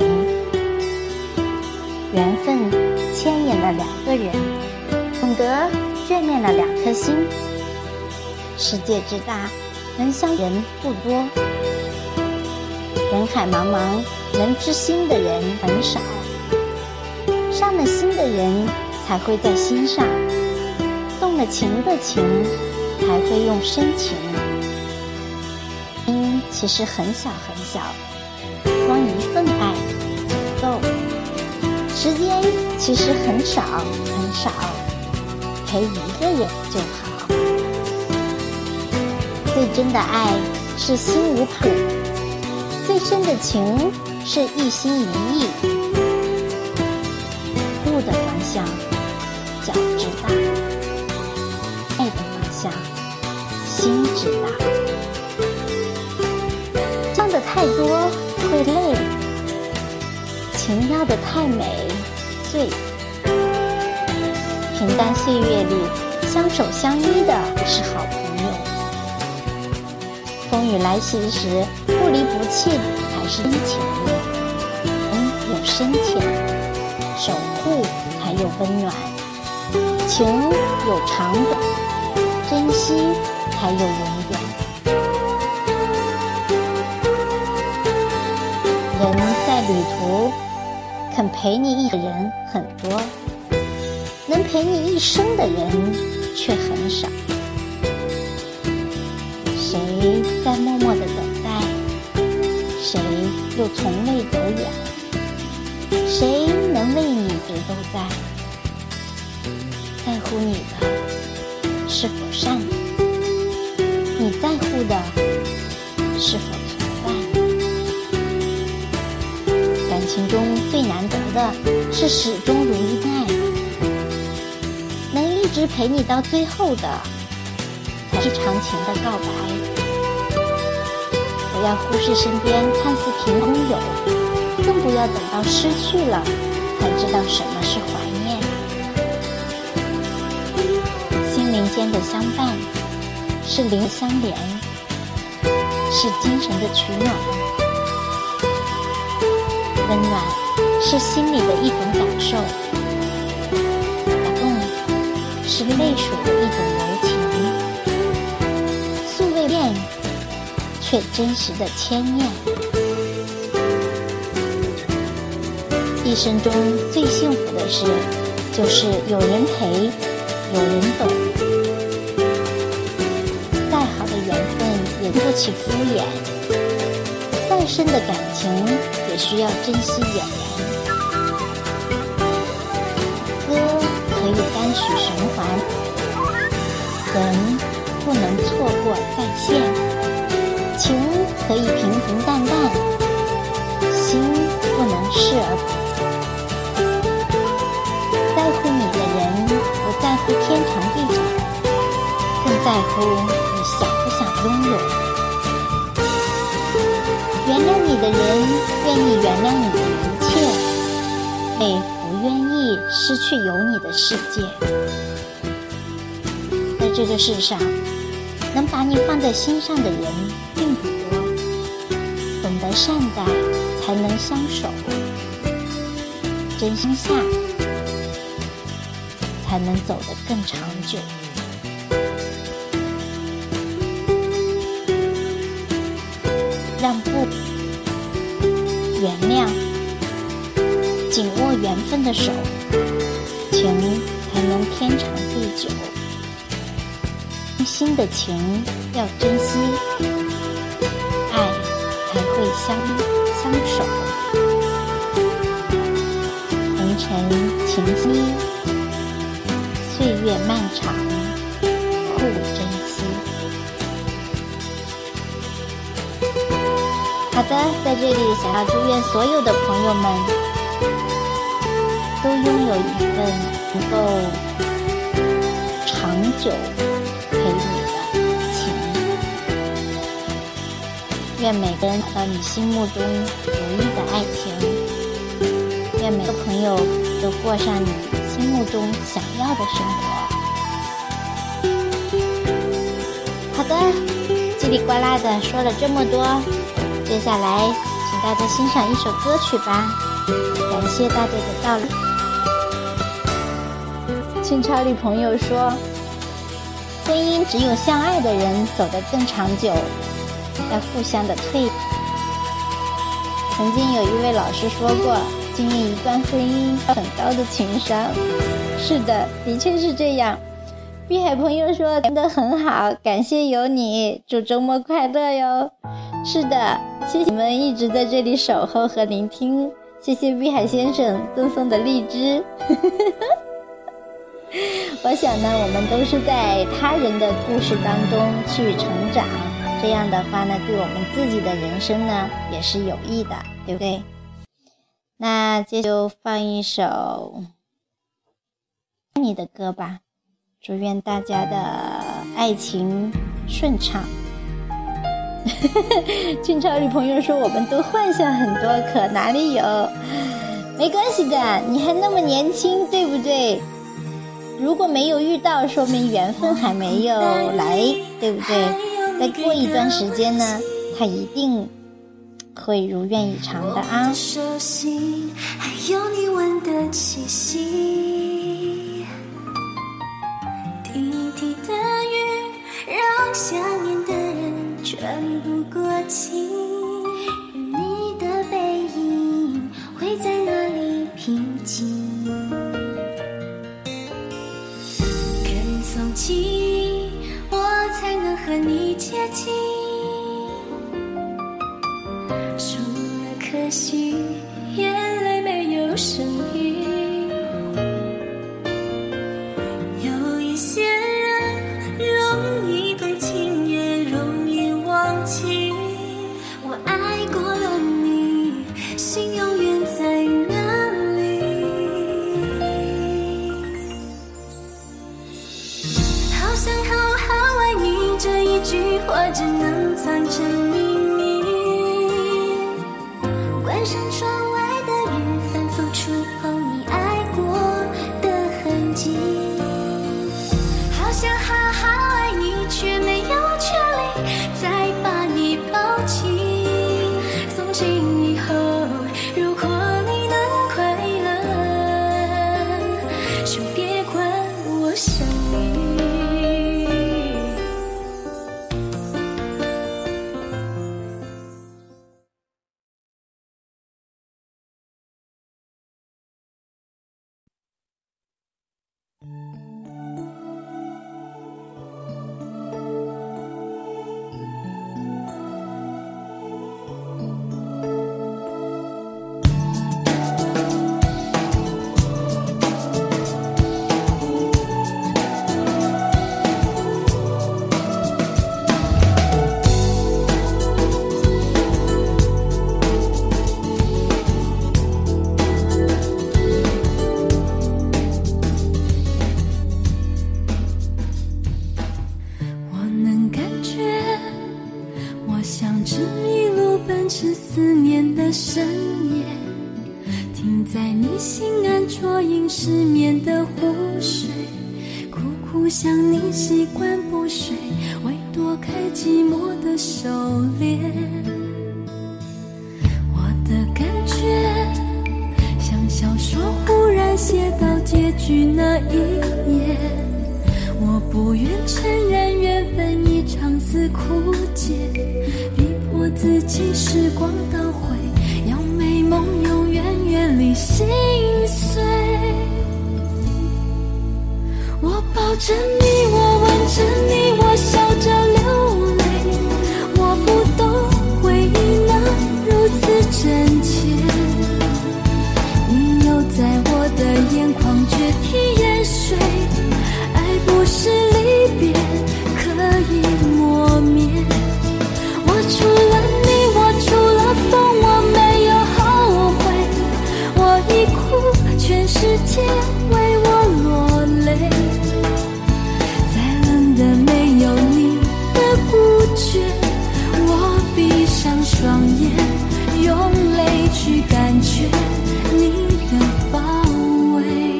缘分牵引了两个人，懂得眷恋了两颗心。世界之大，能相人不多，人海茫茫，能知心的人很少。伤了心的人才会在心上，动了情的情才会用深情。心其实很小很小，光一份爱不够。时间其实很少很少，陪一个人就好。最真的爱是心无旁骛，最深的情是一心一意。路的方向脚知大，爱的方向心知大。伤的太多会累，情要的太美醉。平淡岁月里相守相依的是好朋友，风雨来袭时不离不弃才是真情。有深情，守护才有温暖，情有长短，珍惜才有永远。人在旅途，肯陪你一个人很多，能陪你一生的人却很少。谁在默默的等待，谁又从未走远，谁能为你一直都在？ 乎你的是否善良，你在乎的是否存在。感情中最难得的是始终如一的爱，能一直陪你到最后的才是长情的告白。不要忽视身边看似平庸有，更不要等到失去了才知道什么是怀念。心灵间的相伴是灵相连，是精神的取暖，温暖是心里的一种感受，感动是泪水的一种柔情，素未变却真实的牵念。一生中最幸福的事，就是有人陪，有人懂。再好的缘分也不起敷衍，再深的感情也需要珍惜眼缘。歌可以单曲循环，人不能错过再现，情可以平平淡淡，心不能视而不见。在乎你的人不在乎天长地久，更在乎你想不想拥有。原谅你的人愿意原谅你的一切，也不愿意失去有你的世界。在这个世上，能把你放在心上的人并不多，懂得善待才能相守，真心下才能走得更长久。让步，原谅，紧握缘分的手，情才能天长地久。心的情要珍惜，爱才会相守。红尘情机，岁月漫长，互珍惜。好的，在这里想要祝愿所有的朋友们都拥有一份能够长久陪你的情。愿每个人找到你心目中如意的爱情，愿每个朋友都过上你心目中想要的生活。好的，叽里呱啦的说了这么多，接下来请大家欣赏一首歌曲吧。感谢大家的到来。清朝里朋友说，婚姻只有相爱的人走得更长久，要互相的退。曾经有一位老师说过，经营一段婚姻要很高的情商。是的，的确是这样。碧海朋友说真的很好，感谢有你，祝周末快乐哟。是的，谢谢你们一直在这里守候和聆听，谢谢碧海先生赠送的荔枝。我想呢，我们都是在他人的故事当中去成长，这样的话呢，对我们自己的人生呢也是有益的，对不对？那接着就放一首你的歌吧，祝愿大家的爱情顺畅。清朝里朋友说我们都幻想很多，可哪里有？没关系的，你还那么年轻，对不对？如果没有遇到，说明缘分还没有来，对不对？再过一段时间呢，他一定会如愿以偿的啊。 手心还有你闻的气息，滴滴的雨让想念的人喘不过气，你的背影会在哪里平静？跟踪起我才能和你接近，除了可惜眼泪没有声音，有我只能藏成秘密。关上窗外的雨，反复触碰你爱过的痕迹。好想好好爱你，却没有权利再把你抱紧。从今以后，如果你能快乐，就别管我想你。深夜，停在你心安啜饮失眠的湖水，苦苦想你习惯不睡，为躲开寂寞的狩猎。我的感觉像小说忽然写到结局那一页，我不愿承认缘分已长此枯竭，逼迫自己时光倒回，要美梦永远远离心碎。我抱着你，我吻着你，我笑着流泪，我不懂回忆能如此真切，你又在我的眼眶决堤淹水，爱不是离别可以磨灭。我除了你，我除了风，我没有后悔，我已哭，全世界为我落泪，再冷的没有你的孤绝，我闭上双眼，用泪去感觉你的包围。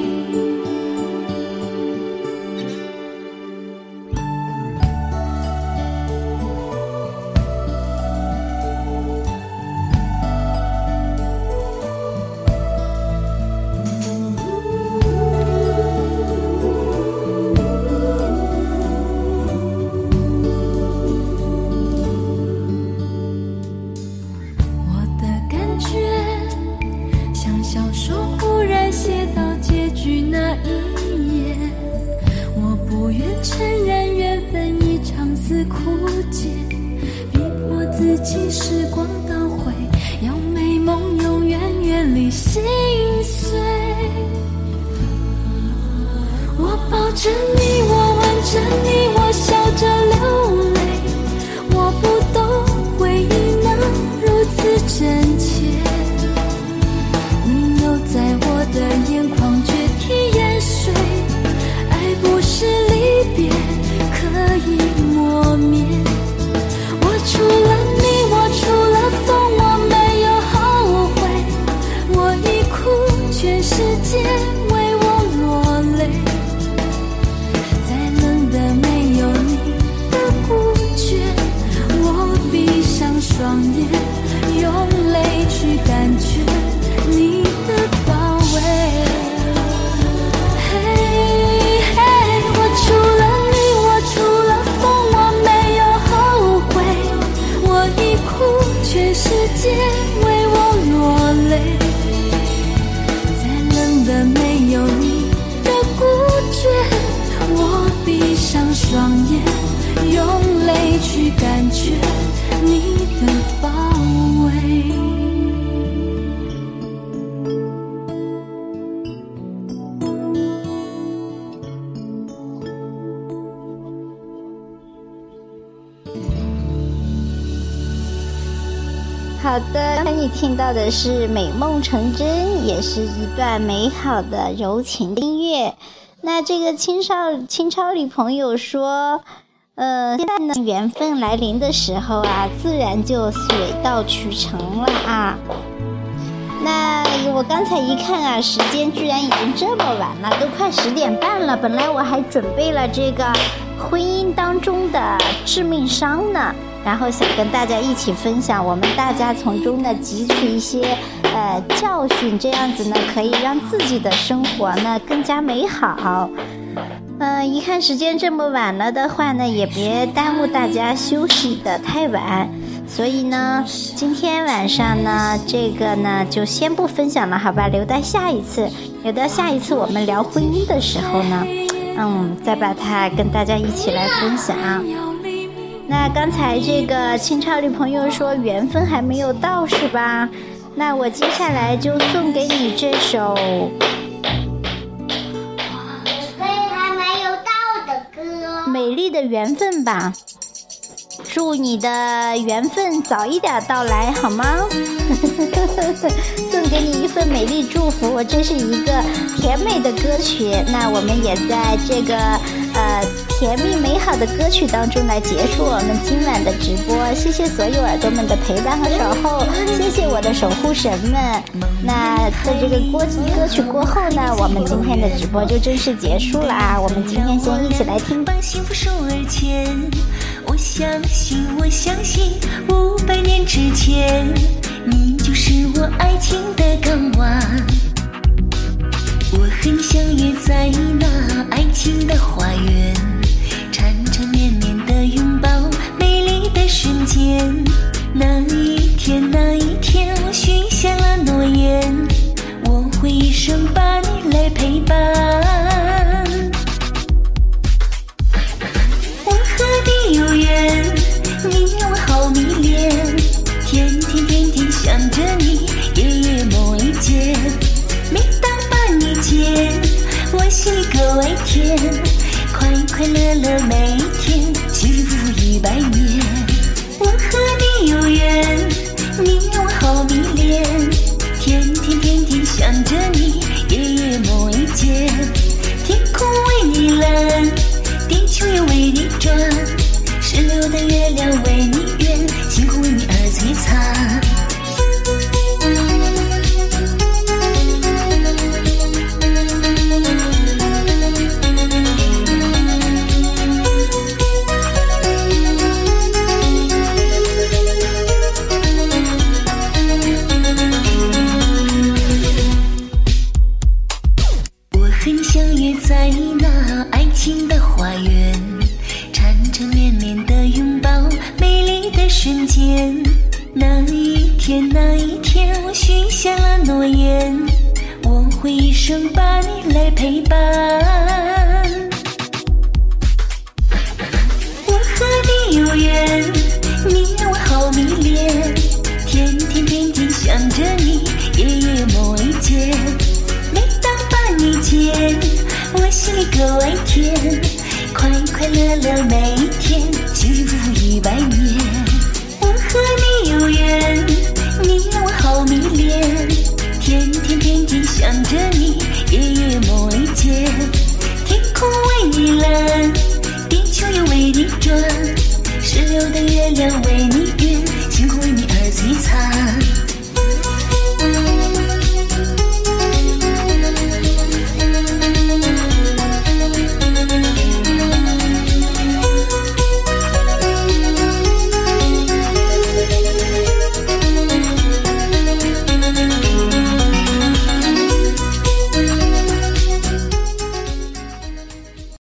双眼用泪去感觉你的包围。 好的，那你听到的是美梦成真，也是一段美好的柔情的音乐。那这个青超里朋友说， 现在呢，缘分来临的时候啊，自然就水到渠成了啊。那我刚才一看啊，时间居然已经这么晚了，都快10点半了。本来我还准备了这个婚姻当中的致命伤呢，然后想跟大家一起分享，我们大家从中呢汲取一些教训，这样子呢可以让自己的生活呢更加美好。一看时间这么晚了的话呢，也别耽误大家休息的太晚。所以呢，今天晚上呢，这个呢就先不分享了，好吧？留到下一次，我们聊婚姻的时候呢，再把它跟大家一起来分享。那刚才这个清超的朋友说缘分还没有到是吧？那我接下来就送给你这首美丽的缘分吧，祝你的缘分早一点到来好吗？送给你一份美丽祝福，这是一个甜美的歌曲，那我们也在这个甜蜜美好的歌曲当中来结束我们今晚的直播。谢谢所有耳朵们的陪伴和守候，谢谢我的守护神们。那在这个歌曲过后呢，我们今天的直播就正式结束了啊！我们今天先一起来听。 把幸福手而牵，我相信500年之前，你就是我爱情的港湾。我很想约在那爱情的花园，缠缠绵绵的拥抱，美丽的瞬间。那一天，我许下了诺言，我会一生把你来陪伴。我和你有缘，你我好迷恋，天天想着你，夜梦一见。每当把你见，我心里格外甜，快乐每一天，幸福100年。我和你有缘，你我好迷恋，天天想着你，夜梦一见。天空为你蓝，地球也为你转，16的月亮为你圆，星空为你而璀璨。我很想约在那爱情的花园，缠缠绵绵的拥抱，美丽的瞬间。那一天，我许下了诺言，我会一生把你来陪伴。我和你有缘，你我好迷恋，天天想着你，夜梦一见。每当把你见，我心里格外甜，快乐每一天，幸福100年。我和你有缘，你我好迷恋，天天想着你，夜梦一见。天空为你蓝，地球也为你转，16的月亮为你圆，星空为你而璀璨。